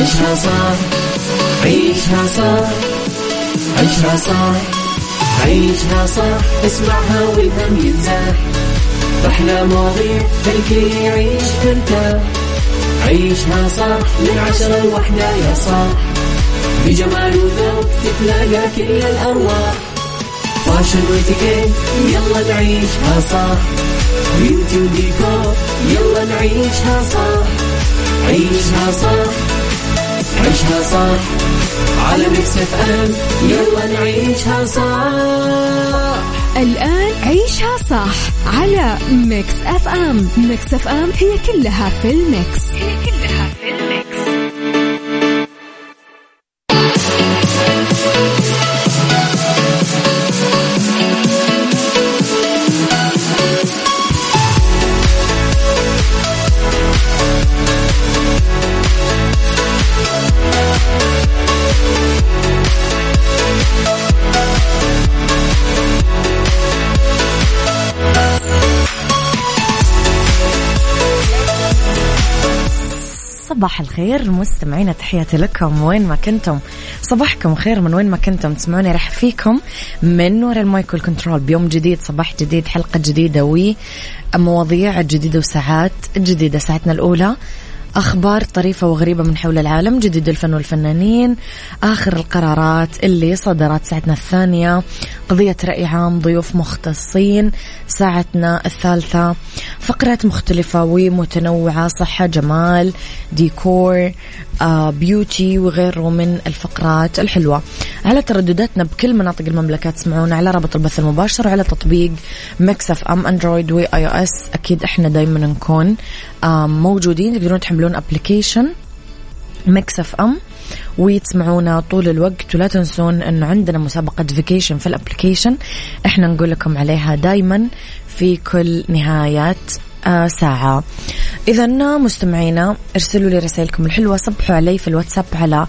عيشها صح عيشها صح عيشها صح عيشها صح اسمعها والهم ينزاح أحلى مواضيع الكل يعيش ترتاح عيشها صح من 10 ل1 يا صاح بجمال وذوق تتلاقى كل الأرواح فاشل واتيكيت يلا نعيشها صح بيوتي وديكور يلا نعيشها صح عيشها صح عيشها صح على ميكس اف ام يلا نعيشها صح. الآن عيشها صح على ميكس اف ام. ميكس اف ام هي كلها في الميكس. صباح الخير مستمعينا، تحياتي لكم وين ما كنتم، صباحكم خير من وين ما كنتم تسمعوني. رح فيكم من وراء المايك والكنترول بيوم جديد، صباح جديد، حلقة جديدة ومواضيع جديدة وساعات جديدة. ساعتنا الأولى أخبار طريفة وغريبة من حول العالم، جديد الفن والفنانين، آخر القرارات اللي صدرت. ساعتنا الثانية قضية رأي عام، ضيوف مختصين. ساعتنا الثالثة فقرات مختلفة ومتنوعة، صحة، جمال، ديكور، بيوتي وغيره من الفقرات الحلوة. على تردداتنا بكل مناطق المملكة تسمعونا على رابط البث المباشر على تطبيق ميكس اف ام اندرويد واي او اس. أكيد احنا دايما نكون موجودين، تقدرون تحملون ابليكيشن ميكس اف ام ويتسمعونا طول الوقت. ولا تنسون انه عندنا مسابقة فيكيشن في الابليكيشن، احنا نقول لكم عليها دايما في كل نهايات ساعة. إذا مستمعينا ارسلوا لي رسائلكم الحلوة، صبحوا علي في الواتساب على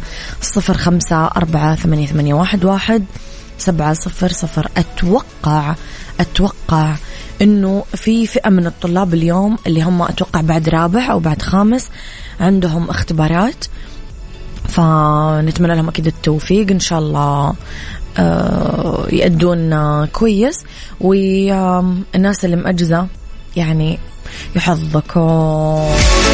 0548811700. أتوقع إنه في فئة من الطلاب اليوم اللي هم أتوقع بعد رابع أو بعد خامس عندهم اختبارات، فنتمنى لهم أكيد التوفيق إن شاء الله، يأدون كويس. والناس اللي مأجزة يعني يحظكم.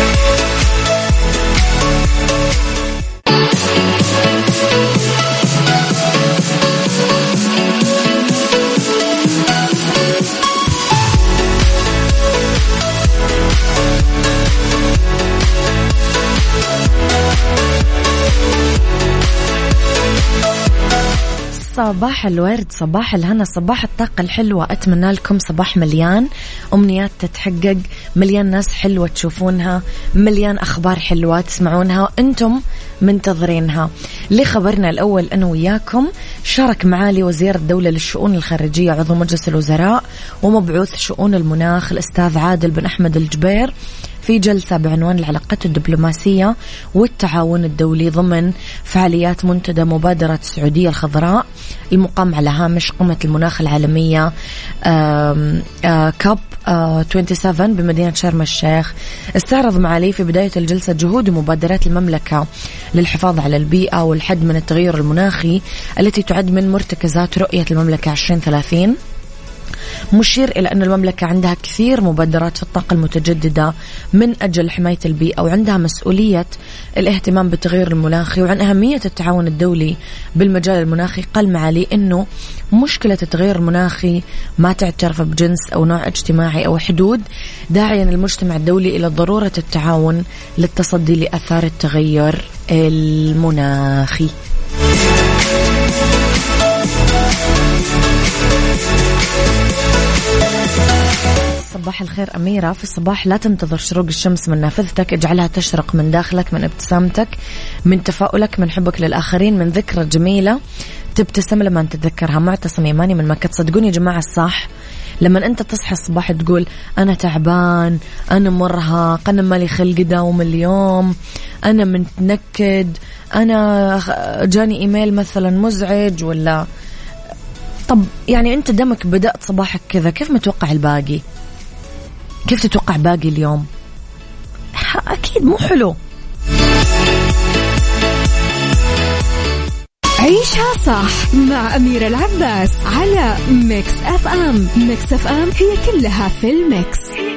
صباح الورد، صباح الهنا، صباح الطاقة الحلوة. أتمنى لكم صباح مليان أمنيات تتحقق، مليان ناس حلوة تشوفونها، مليان أخبار حلوة تسمعونها وأنتم منتظرينها. لخبرنا الأول أنا وياكم، شارك معالي وزير الدولة للشؤون الخارجية عضو مجلس الوزراء ومبعوث شؤون المناخ الأستاذ عادل بن أحمد الجبير في جلسة بعنوان العلاقات الدبلوماسية والتعاون الدولي ضمن فعاليات منتدى مبادرة السعودية الخضراء المقام على هامش قمة المناخ العالمية كاب 27 بمدينة شرم الشيخ. استعرض معالي في بداية الجلسة جهود ومبادرات المملكة للحفاظ على البيئة والحد من التغير المناخي التي تعد من مرتكزات رؤية المملكة 2030، مشير إلى أن المملكة عندها كثير مبادرات في الطاقة المتجددة من أجل حماية البيئة، وعندها مسؤولية الاهتمام بالتغير المناخي وعن أهمية التعاون الدولي بالمجال المناخي. قال معالي أنه مشكلة التغير المناخي ما تعترف بجنس أو نوع اجتماعي أو حدود، داعيا المجتمع الدولي إلى ضرورة التعاون للتصدي لآثار التغير المناخي. صباح الخير أميرة. في الصباح لا تنتظر شروق الشمس من نافذتك، اجعلها تشرق من داخلك، من ابتسامتك، من تفاؤلك، من حبك للآخرين، من ذكرى جميلة تبتسم لما تتذكرها. معتصم يماني من مكة. تصدقوني يا جماعة الصح لما أنت تصحى الصباح تقول أنا تعبان، أنا مرهق، أنا مالي خلق دوم اليوم، أنا متنكد، أنا جاني إيميل مثلا مزعج، ولا طب يعني أنت دمك بدأت صباحك كذا، كيف متوقع الباقي؟ كيف تتوقع باقي اليوم؟ أكيد مو حلو. عيشها صح مع أميرة العباس على ميكس أف أم. ميكس أف أم هي كلها في الميكس.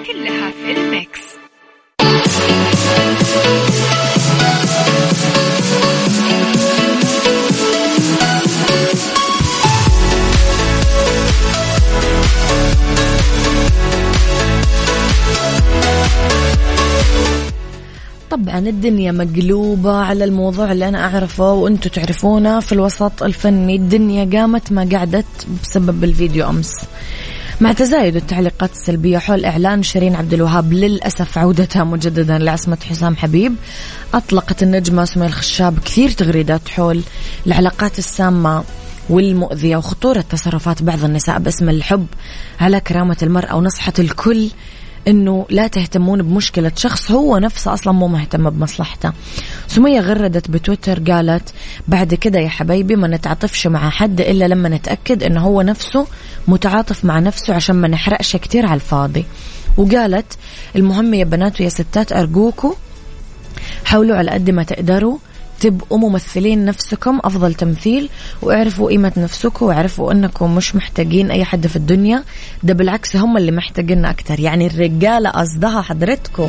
طبعا الدنيا مقلوبة على الموضوع اللي أنا أعرفه وأنتوا تعرفونه في الوسط الفني. الدنيا قامت ما قعدت بسبب الفيديو أمس، مع تزايد التعليقات السلبية حول إعلان شيرين عبد الوهاب للأسف عودتها مجددا لعصمة حسام حبيب. أطلقت النجمة سمية الخشاب كثير تغريدات حول العلاقات السامة والمؤذية وخطورة تصرفات بعض النساء باسم الحب على كرامة المرأة، ونصحت الكل إنه لا تهتمون بمشكلة شخص هو نفسه أصلا مو مهتم بمصلحته. سمية غردت بتويتر قالت: بعد كده يا حبايبي ما نتعاطفش مع حد إلا لما نتأكد إنه هو نفسه متعاطف مع نفسه عشان ما نحرقش كتير على الفاضي. وقالت: المهم يا بنات ويا ستات أرجوكوا حاولوا على قد ما تقدروا تبقوا ممثلين نفسكم أفضل تمثيل، واعرفوا قيمة نفسكم، واعرفوا أنكم مش محتاجين أي حد في الدنيا، ده بالعكس هم اللي محتاجين أكتر. يعني الرجالة قصدها حضرتكم.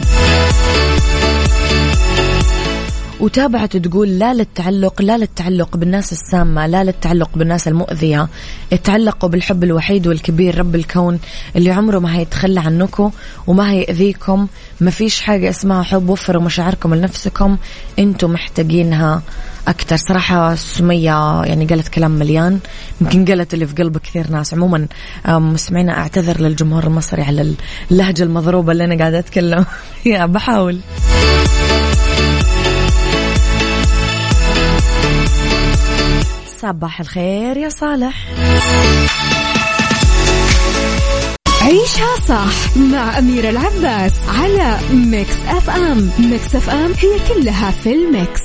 وتابعت تقول: لا للتعلق بالناس السامة، لا للتعلق بالناس المؤذية، اتعلقوا بالحب الوحيد والكبير رب الكون اللي عمره ما هيتخلى عنكم وما هيأذيكم. ما فيش حاجة اسمها حب، وفروا مشاعركم لنفسكم، انتم محتاجينها أكتر. صراحة سمية يعني قالت كلام مليان، يمكن قالت اللي في قلب كثير ناس. عموما مستمعينا أعتذر للجمهور المصري على اللهجة المضروبة اللي أنا قاعدة أتكلم يا بحاول. صباح الخير يا صالح. عيشها صح مع أميرة العباس على ميكس أف أم. ميكس أف أم هي كلها في الميكس.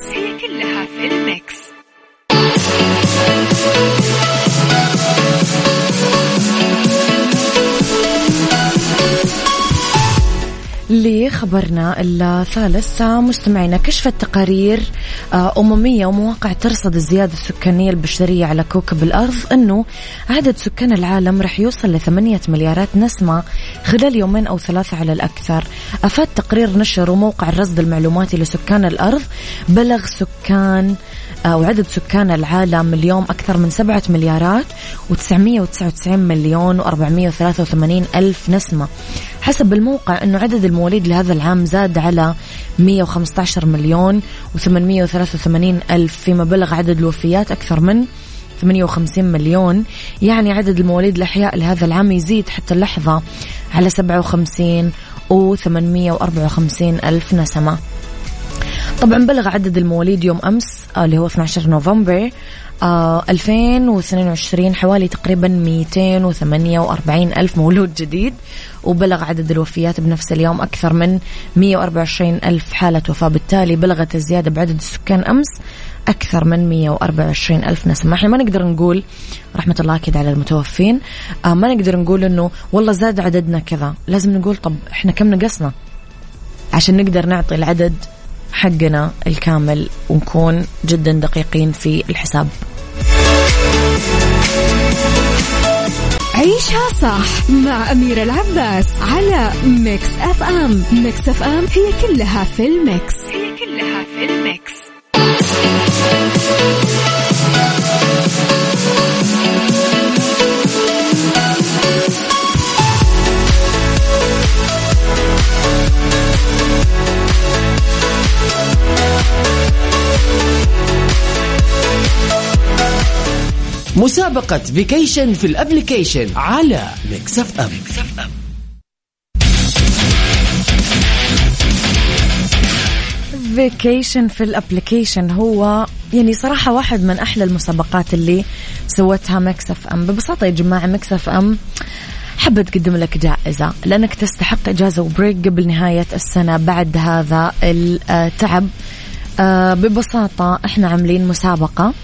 لخبرنا الثالث مستمعينا، كشفت تقارير أممية ومواقع ترصد الزيادة السكانية البشرية على كوكب الأرض أنه عدد سكان العالم رح يوصل ل8 مليارات نسمة خلال يومين أو 3 على الأكثر. أفاد تقرير نشر موقع الرصد المعلوماتي لسكان الأرض بلغ سكان وعدد سكان العالم اليوم أكثر من 7 مليارات و999 مليون و483 ألف نسمة. حسب الموقع أنه عدد المواليد لهذا العام زاد على 115 مليون و883 ألف، فيما بلغ عدد الوفيات أكثر من 58 مليون. يعني عدد المواليد الأحياء لهذا العام يزيد حتى اللحظة على 57 و854 ألف نسمة. طبعا بلغ عدد المواليد يوم أمس اللي هو 12 نوفمبر 2022 حوالي تقريبا 248 ألف مولود جديد، وبلغ عدد الوفيات بنفس اليوم أكثر من 124 ألف حالة وفاة. بالتالي بلغت الزيادة بعدد السكان أمس أكثر من 124 ألف نسمة. احنا ما نقدر نقول رحمة الله كده على المتوفين، ما نقدر نقول إنه والله زاد عددنا كذا. لازم نقول طب احنا كم نقصنا عشان نقدر نعطي العدد حقنا الكامل ونكون جدا دقيقين في الحساب. عيشها صح مع أميرة العباس على ميكس أف أم. ميكس أف أم هي كلها في الميكس. مسابقة فيكيشن في الابليكيشن على ميكس أف أم. فيكيشن في الابليكيشن هو يعني صراحة واحد من أحلى المسابقات اللي سوتها ميكس أف أم. ببساطة يا جماعة ميكس أف أم حابة تقدم لك جائزة لأنك تستحق إجازة وبريك قبل نهاية السنة بعد هذا التعب. ببساطة احنا عاملين مسابقة،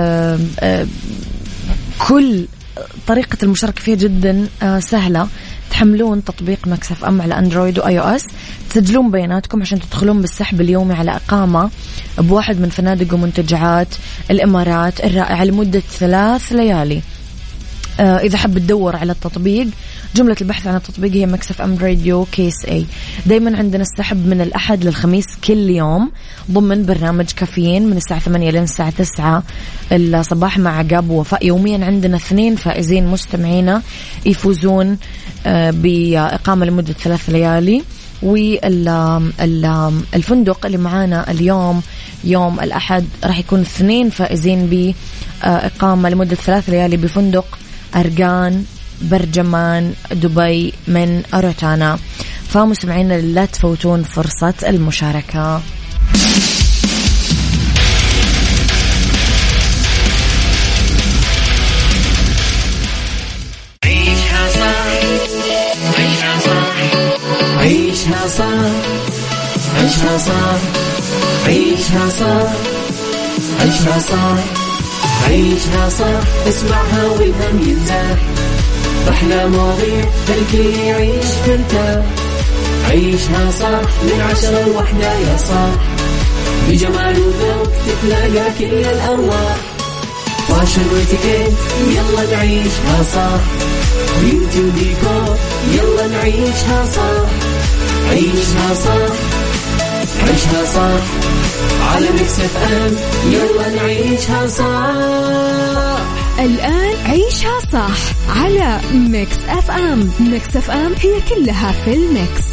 كل طريقة المشاركة فيها جدا سهلة. تحملون تطبيق مكس اف ام على اندرويد واي او اس، تسجلون بياناتكم عشان تدخلون بالسحب اليومي على إقامة بواحد من فنادق ومنتجعات الإمارات الرائعة لمدة 3 ليالي. إذا حب تدور على التطبيق، جملة البحث عن التطبيق هي مكس اف ام راديو كيس اي. دايما عندنا السحب من الأحد للخميس كل يوم ضمن برنامج كافيين من الساعة 8 لين الساعة 9 الصباح مع عقاب ووفاء. يوميا عندنا 2 فائزين مستمعينا يفوزون بإقامة لمدة 3 ليالي. والفندق اللي معانا اليوم يوم الأحد راح يكون 2 فائزين بإقامة لمدة 3 ليالي بفندق أرقان برجمان دبي من أروتانا. فمستمعينا لا تفوتون فرصة المشاركة. عيشها صح عيشها صح عيشها صح عيشها صح عيشها صح عيشها صح اسمعها والهم ينزاح، أحلى مواضيع الكل يعيش ترتاح. عيشها صح من 10 ل1 يا صاح، بجمال وذوق تتلاقى كل الأرواح. فاشل واتيكيت يلا نعيشها صح، بيوتي وديكور يلا نعيشها صح. عيشها صح عيشها صح على ميكس اف ام يلا نعيشها صح. الآن عيشها صح على ميكس اف ام. ميكس اف ام هي كلها في الميكس.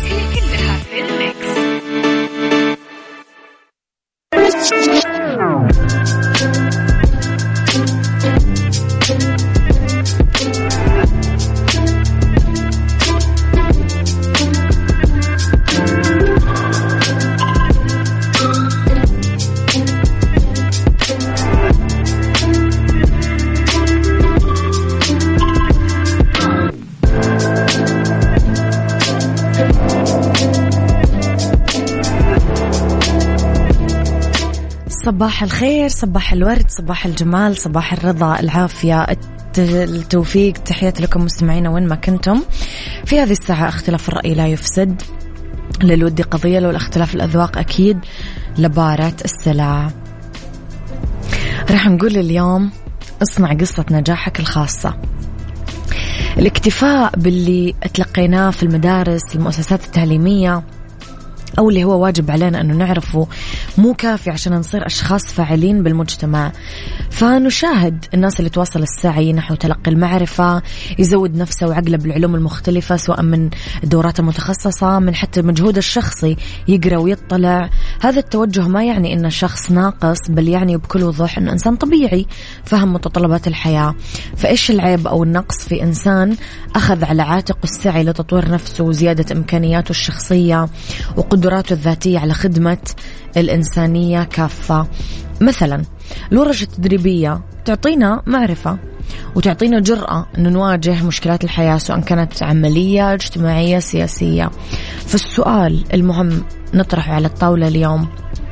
صباح الخير، صباح الورد، صباح الجمال، صباح الرضا، العافية، التوفيق. تحياتي لكم مستمعينا وين ما كنتم في هذه الساعة. اختلاف الرأي لا يفسد، للود قضية، لو الاختلاف الأذواق أكيد لبارة السلع. راح نقول اليوم اصنع قصة نجاحك الخاصة. الاكتفاء باللي تلقيناه في المدارس المؤسسات التعليمية أو اللي هو واجب علينا أنه نعرفه مو كافي عشان نصير أشخاص فاعلين بالمجتمع. فنشاهد الناس اللي تواصل السعي نحو تلقي المعرفة، يزود نفسه وعقله بالعلوم المختلفة، سواء من الدورات المتخصصة، من حتى المجهود الشخصي يقرأ ويطلع. هذا التوجه ما يعني إنه شخص ناقص، بل يعني بكل وضوح إنه إنسان طبيعي فهم متطلبات الحياة. فإيش العيب أو النقص في إنسان أخذ على عاتقه السعي لتطوير نفسه وزيادة إمكانياته الشخصية وقدراته الذاتية على خدمة الإنسانية كافة؟ مثلا الورش التدريبية تعطينا معرفة وتعطينا جرأة أن نواجه مشكلات الحياة، سواء كانت عملية، اجتماعية، سياسية. فالسؤال المهم نطرحه على الطاولة اليوم: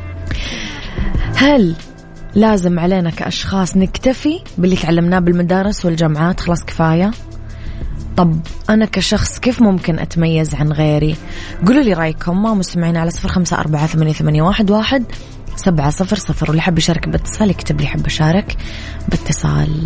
هل لازم علينا كأشخاص نكتفي باللي تعلمناه بالمدارس والجامعات؟ خلاص كفاية. طب أنا كشخص كيف ممكن أتميز عن غيري؟ قولوا لي رأيكم مستمعين على 0548811700. واللي حب يشارك باتصال يكتب لي حب أشارك باتصال.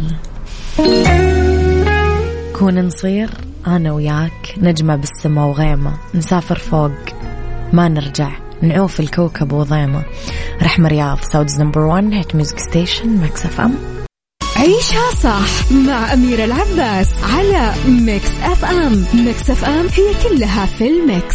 كون نصير أنا وياك نجمة بالسما وغيمة، نسافر فوق ما نرجع، نعوف الكوكب وضيمة. رحمة رياض، سعودز نمبر 1 هيت ميوزك ستيشن ميكس اف ام. عيشها صح مع أميرة العباس على ميكس اف ام. ميكس اف ام هي كلها في الميكس.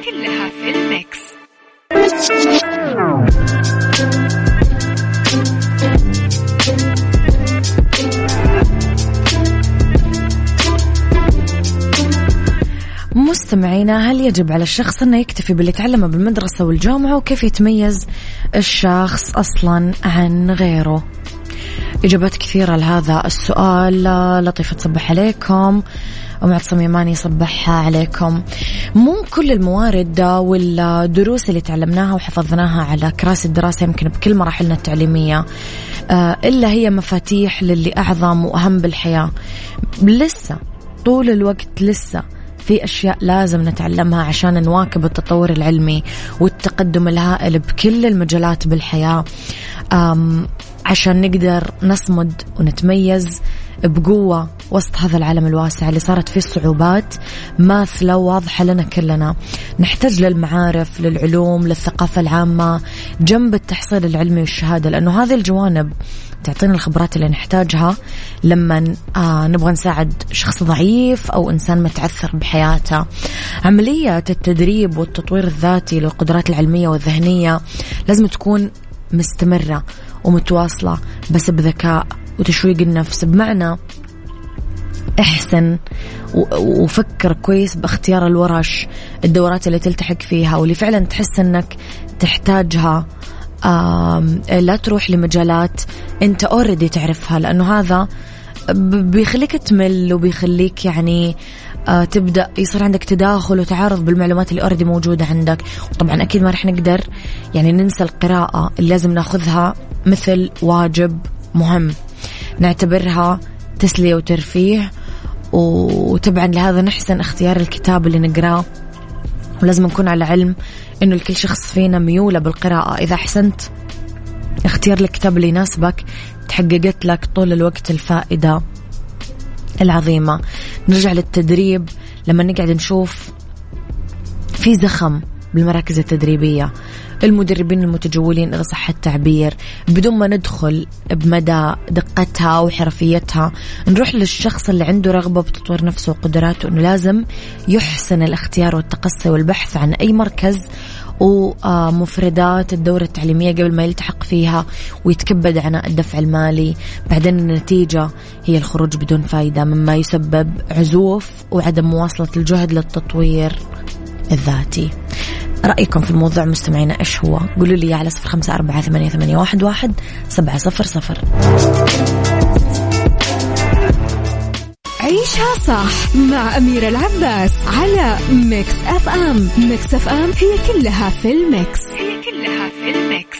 مستمعينا، هل يجب على الشخص أنه يكتفي باللي تعلمه بالمدرسة والجامعة؟ وكيف يتميز الشخص أصلا عن غيره؟ إجابات كثيرة لهذا السؤال. لطيفة تصبح عليكم، ومعتصم يماني صبحها عليكم. مو كل الموارد والدروس اللي تعلمناها وحفظناها على كراسي الدراسة يمكن بكل مراحلنا التعليمية إلا هي مفاتيح للي أعظم وأهم بالحياة. لسه طول الوقت لسه في أشياء لازم نتعلمها عشان نواكب التطور العلمي والتقدم الهائل بكل المجالات بالحياة، عشان نقدر نصمد ونتميز بقوة وسط هذا العالم الواسع اللي صارت فيه الصعوبات ماثلة واضحة لنا كلنا. نحتاج للمعارف، للعلوم، للثقافة العامة جنب التحصيل العلمي والشهادة، لأنه هذه الجوانب تعطينا الخبرات اللي نحتاجها لما نبغى نساعد شخص ضعيف أو إنسان متعثر بحياته. عملية التدريب والتطوير الذاتي للقدرات العلمية والذهنية لازم تكون مستمرة ومتواصلة، بس بذكاء وتشويق النفس. بمعنى احسن وفكر كويس باختيار الورش، الدورات اللي تلتحق فيها واللي فعلا تحس انك تحتاجها. لا تروح لمجالات انت اوريدي تعرفها، لانه هذا بيخليك تمل وبيخليك يعني تبدأ يصير عندك تداخل وتعارض بالمعلومات اللي اوريدي موجودة عندك. وطبعا اكيد ما رح نقدر يعني ننسى القراءة اللي لازم ناخذها مثل واجب مهم، نعتبرها تسلية وترفيه. وطبعا لهذا نحسن اختيار الكتاب اللي نقراه، ولازم نكون على علم انه لكل شخص فينا ميولة بالقراءة. اذا احسنت اختيار الكتاب اللي يناسبك تحققت لك طول الوقت الفائدة العظيمة. نرجع للتدريب، لما نقعد نشوف في زخم بالمراكز التدريبية، المدربين المتجولين إذا صح التعبير، بدون ما ندخل بمدى دقتها وحرفيتها، نروح للشخص اللي عنده رغبة بتطوير نفسه وقدراته، إنه لازم يحسن الاختيار والتقصي والبحث عن أي مركز ومفردات الدورة التعليمية قبل ما يلتحق فيها ويتكبد عناء الدفع المالي. بعدين النتيجة هي الخروج بدون فايدة، مما يسبب عزوف وعدم مواصلة الجهد للتطوير الذاتي. رأيكم في الموضوع مستمعينا إيش هو؟ قولوا لي على 0548811700. عيشها صح مع أميرة العباس على ميكس أف أم. ميكس أف أم هي كلها في الميكس، هي كلها في الميكس.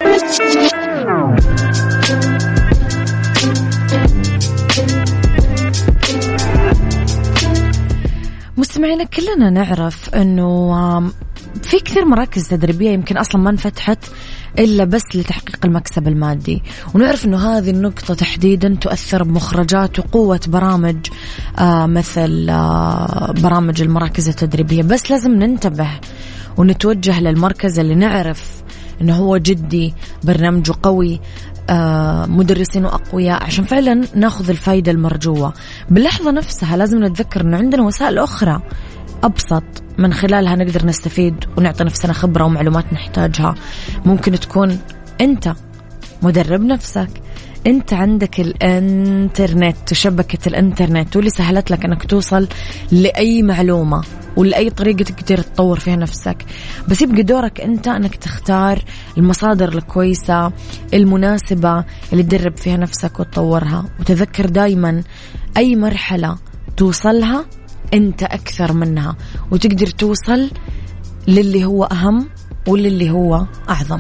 مستمعينا كلنا نعرف أنه في كثير مراكز تدريبية يمكن أصلا ما انفتحت إلا بس لتحقيق المكسب المادي، ونعرف أنه هذه النقطة تحديدا تؤثر بمخرجات وقوة برامج مثل برامج المراكز التدريبية. بس لازم ننتبه ونتوجه للمركز اللي نعرف أنه هو جدي، برنامجه قوي، مدرسين أقوياء، عشان فعلا ناخذ الفايدة المرجوة. باللحظة نفسها لازم نتذكر أنه عندنا وسائل أخرى أبسط من خلالها نقدر نستفيد ونعطي نفسنا خبرة ومعلومات نحتاجها. ممكن تكون أنت مدرب نفسك، أنت عندك الإنترنت وشبكة الإنترنت واللي سهلت لك أنك توصل لأي معلومة ولأي طريقة تقدر تطور فيها نفسك. بس يبقى دورك أنت أنك تختار المصادر الكويسة المناسبة اللي تدرب فيها نفسك وتطورها. وتذكر دايما أي مرحلة توصلها أنت أكثر منها، وتقدر توصل للي هو أهم وللي هو أعظم.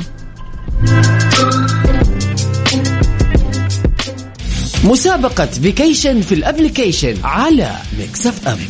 مسابقة فيكيشن في الابليكيشن على ميكس أف أم.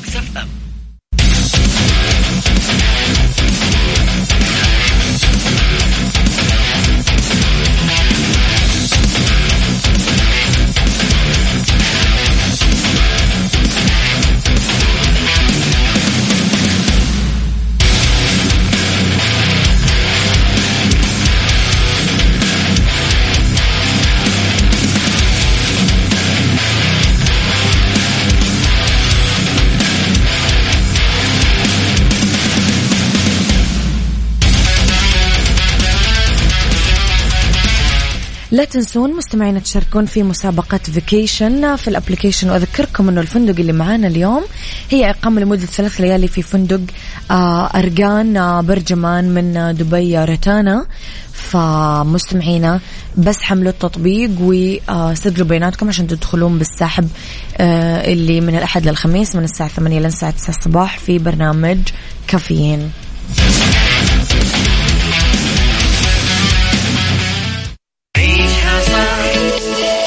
لا تنسون مستمعين تشاركون في مسابقة فيكيشن في الابليكيشن. وأذكركم أنه الفندق اللي معانا اليوم هي إقامة لمدة 3 ليالي في فندق أرقان برجمان من دبي روتانا. فمستمعينا بس حملوا التطبيق وسجلوا بياناتكم عشان تدخلون بالسحب اللي من الأحد للخميس من الساعة 8 للساعة 9 الصباح في برنامج كافيين.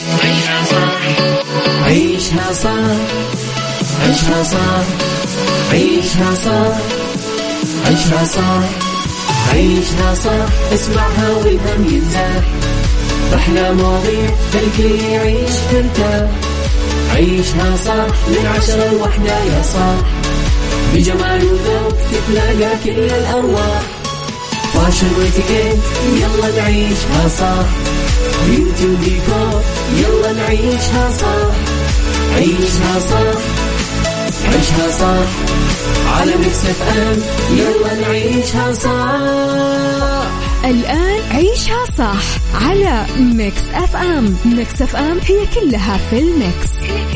عيشها صح، عيشها صح، عيشها صح عيشها صح عيشها صح اسمعها والهم ينزاح أحلى مواضيع الكل يعيش ترتاح عيشها صح من 10 ل1 يا صاح بجمال وذوق تتلاقى كل الأرواح فاشل واتيكيت يلا نعيشها صح بيوتي وديكور يلا نعيشها صح عيشها صح عيشها صح على ميكس اف ام يلا نعيشها صح. الآن عيشها صح على ميكس اف ام. ميكس اف ام هي كلها في الميكس.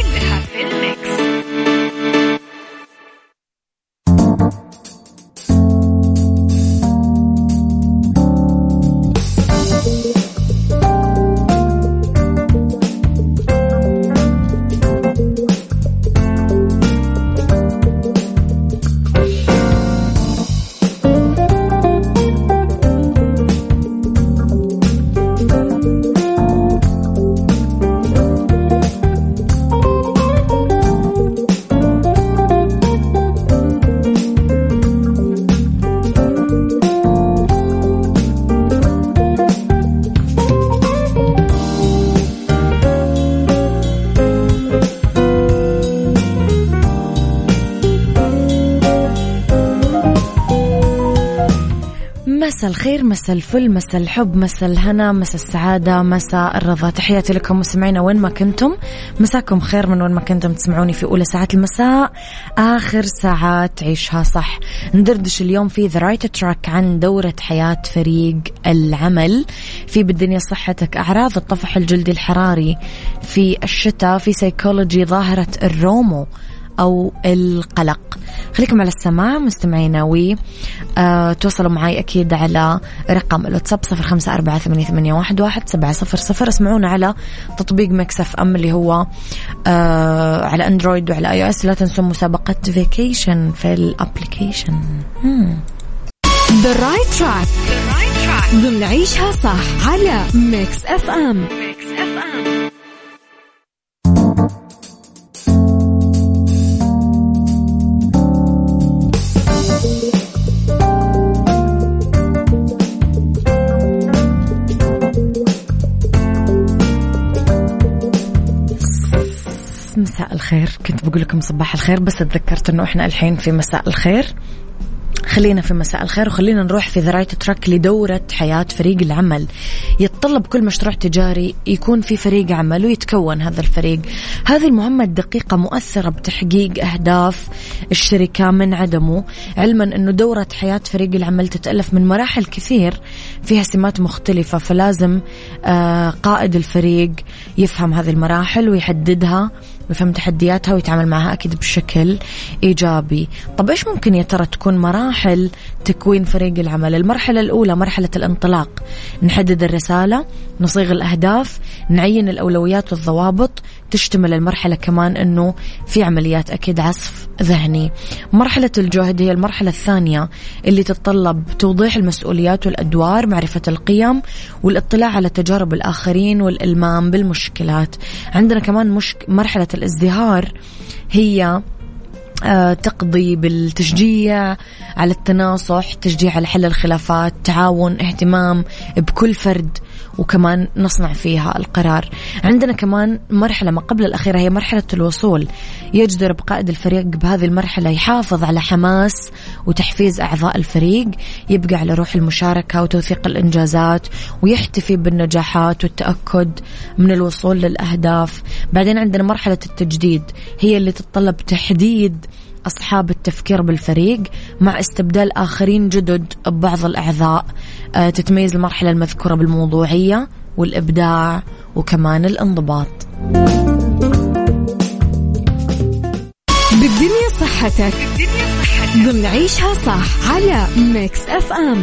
مساء الخير، مساء الفل، مساء الحب، مساء الهنا، مساء السعادة، مساء الرضا. تحياتي لكم مستمعينا وين ما كنتم، مساكم خير من وين ما كنتم تسمعوني في أولى ساعات المساء، آخر ساعات عيشها صح. ندردش اليوم في The Right Track عن دورة حياة فريق العمل في بالدنيا صحتك، أعراض الطفح الجلدي الحراري في الشتاء، في سيكولوجي ظاهرة الرومو أو القلق. خليكم على السماع مستمعينا تواصلوا معي أكيد على رقم الواتساب 0548811700. اسمعونا على تطبيق ميكس اف ام اللي هو على اندرويد وعلى اي او اس. لا تنسوا مسابقة فيكيشن في الابليكيشن. The Right Track ضمن عيشها صح على ميكس اف ام. مساء الخير، كنت بقول لكم صباح الخير بس تذكرت انه احنا الحين في مساء الخير. خلينا في مساء الخير وخلينا نروح في The Right Track لدورة حياة فريق العمل. يتطلب كل مشروع تجاري يكون في فريق عمل ويتكون هذا الفريق. هذه المهمة الدقيقة مؤثرة بتحقيق أهداف الشركة من عدمه، علما أنه دورة حياة فريق العمل تتألف من مراحل كثير فيها سمات مختلفة، فلازم قائد الفريق يفهم هذه المراحل ويحددها ويفهم تحدياتها ويتعامل معها أكيد بشكل إيجابي. طب إيش ممكن يا ترى تكون مراحل تكوين فريق العمل؟ المرحلة الأولى مرحلة الانطلاق، نحدد الرسالة، نصيغ الأهداف، نعين الأولويات والضوابط. تشتمل المرحلة كمان أنه في عمليات أكيد عصف ذهني. مرحلة الجهد هي المرحلة الثانية اللي تتطلب توضيح المسؤوليات والأدوار، معرفة القيم والاطلاع على تجارب الآخرين والإلمام بالمشكلات. عندنا كمان مرحلة الازدهار، هي تقضي بالتشجيع على التناصح، تشجيع على حل الخلافات، تعاون، اهتمام بكل فرد، وكمان نصنع فيها القرار. عندنا كمان مرحلة ما قبل الأخيرة هي مرحلة الوصول. يجدر بقائد الفريق بهذه المرحلة يحافظ على حماس وتحفيز أعضاء الفريق، يبقى على روح المشاركة وتوثيق الإنجازات، ويحتفي بالنجاحات والتأكد من الوصول للأهداف. بعدين عندنا مرحلة التجديد، هي اللي تتطلب تحديد أصحاب التفكير بالفريق مع استبدال آخرين جدد ببعض الأعضاء. تتميز المرحلة المذكورة بالموضوعية والإبداع وكمان الانضباط. بالدنيا صحتك ضمن عيشها صح على ميكس اف ام.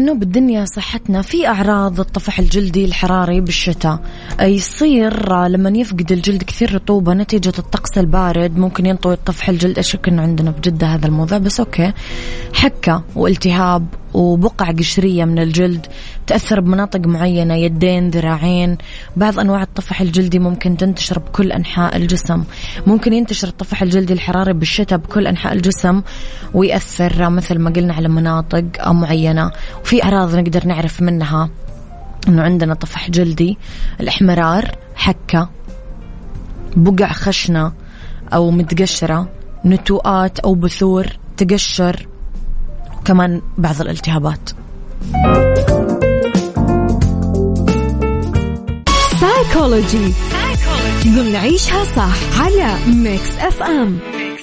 أنه بالدنيا صحتنا. في أعراض الطفح الجلدي الحراري بالشتاء يصير لما يفقد الجلد كثير رطوبة نتيجة الطقس البارد، ممكن ينطوي الطفح الجلد. أشك أنه عندنا بجدة هذا الموضوع، بس أوكي. حكة والتهاب وبقع قشرية من الجلد تأثر بمناطق معينة، يدين، ذراعين. بعض أنواع الطفح الجلدي ممكن تنتشر بكل أنحاء الجسم. ممكن ينتشر الطفح الجلدي الحراري بالشتاء بكل أنحاء الجسم ويأثر مثل ما قلنا على مناطق معينة. وفي أعراض نقدر نعرف منها أنه عندنا طفح جلدي: الإحمرار، حكة، بقع خشنة أو متقشرة، نتوءات أو بثور، تقشر، وكمان بعض الالتهابات. سايكولوجي ضمن عيشها صح على ميكس اف ام.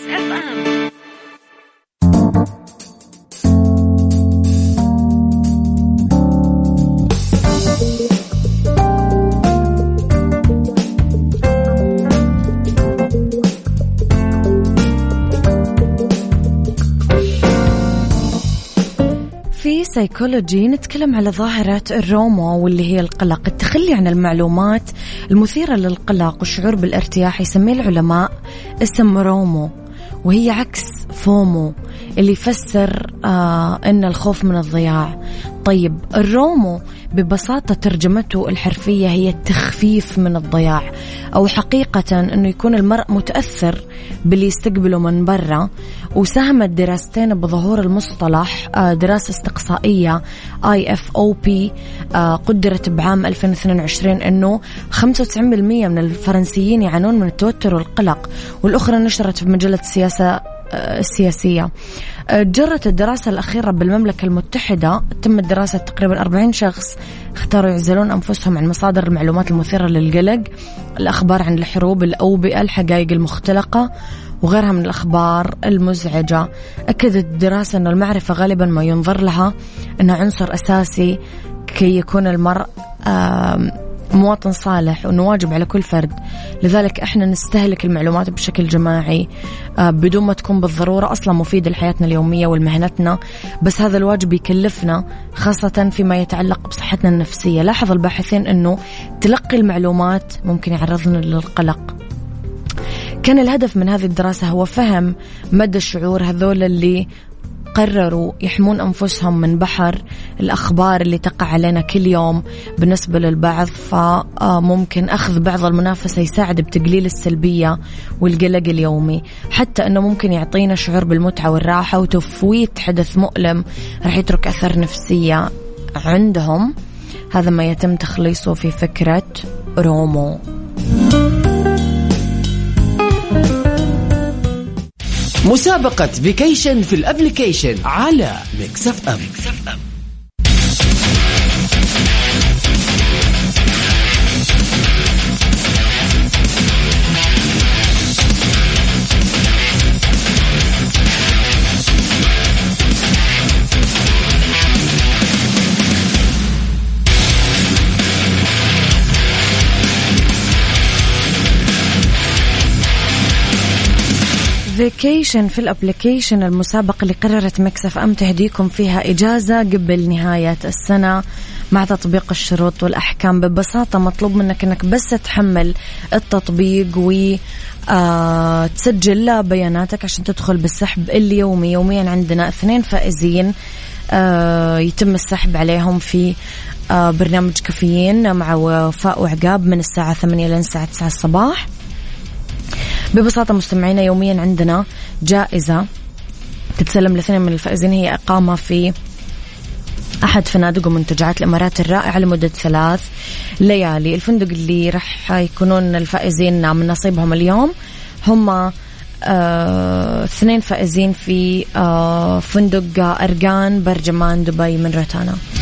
في سايكولوجي نتكلم على ظاهرة الرومو، واللي هي القلق، التخلي عن المعلومات المثيرة للقلق والشعور بالارتياح. يسميه العلماء اسم رومو، وهي عكس فومو اللي يفسر أن الخوف من الضياع. طيب الرومو ببساطة ترجمته الحرفية هي التخفيف من الضياع، أو حقيقة أنه يكون المرء متأثر باللي يستقبله من برا. وساهمت دراستين بظهور المصطلح، دراسة استقصائية IFOP قدرت بعام 2022 أنه 95% من الفرنسيين يعانون من التوتر والقلق، والأخرى نشرت في مجلة السياسية. جرت الدراسة الأخيرة بالمملكة المتحدة، تمت دراسة تقريبا 40 شخص اختاروا يعزلون أنفسهم عن مصادر المعلومات المثيرة للقلق، الأخبار عن الحروب، الأوبئة، الحقائق المختلقة وغيرها من الأخبار المزعجة. أكدت الدراسة أن المعرفة غالبا ما ينظر لها أنها عنصر أساسي كي يكون المرء مواطن صالح، وأنه واجب على كل فرد. لذلك احنا نستهلك المعلومات بشكل جماعي بدون ما تكون بالضرورة أصلا مفيدة لحياتنا اليومية ولمهنتنا، بس هذا الواجب يكلفنا خاصة فيما يتعلق بصحتنا النفسية. لاحظ الباحثين أنه تلقي المعلومات ممكن يعرضنا للقلق. كان الهدف من هذه الدراسة هو فهم مدى الشعور هذول اللي قرروا يحمون أنفسهم من بحر الأخبار اللي تقع علينا كل يوم. بالنسبة للبعض فممكن أخذ بعض المنافسة يساعد بتقليل السلبية والقلق اليومي، حتى أنه ممكن يعطينا شعور بالمتعة والراحة وتفويت حدث مؤلم رح يترك أثر نفسية عندهم. هذا ما يتم تخليصه في فكرة رومو. مسابقة فيكيشن في الابليكيشن على ميكس اف ام. فيكيشن في الابليكيشن، المسابقة اللي قررت ميكس اف ام تهديكم فيها إجازة قبل نهاية السنة مع تطبيق الشروط والأحكام. ببساطة مطلوب منك أنك بس تحمل التطبيق وتسجل بياناتك عشان تدخل بالسحب اليومي. يوميا عندنا 2 فائزين يتم السحب عليهم في برنامج كافيين مع وفاء وعقاب من الساعة 8 لين الساعة 9 الصباح. ببساطة مستمعينا يوميا عندنا جائزة تتسلم ل2 من الفائزين، هي إقامة في أحد فنادق ومنتجعات الإمارات الرائعة لمدة 3 ليالي. الفندق اللي رح يكونون الفائزين من نصيبهم اليوم هم 2 فائزين في فندق أرقان برجمان دبي من روتانا.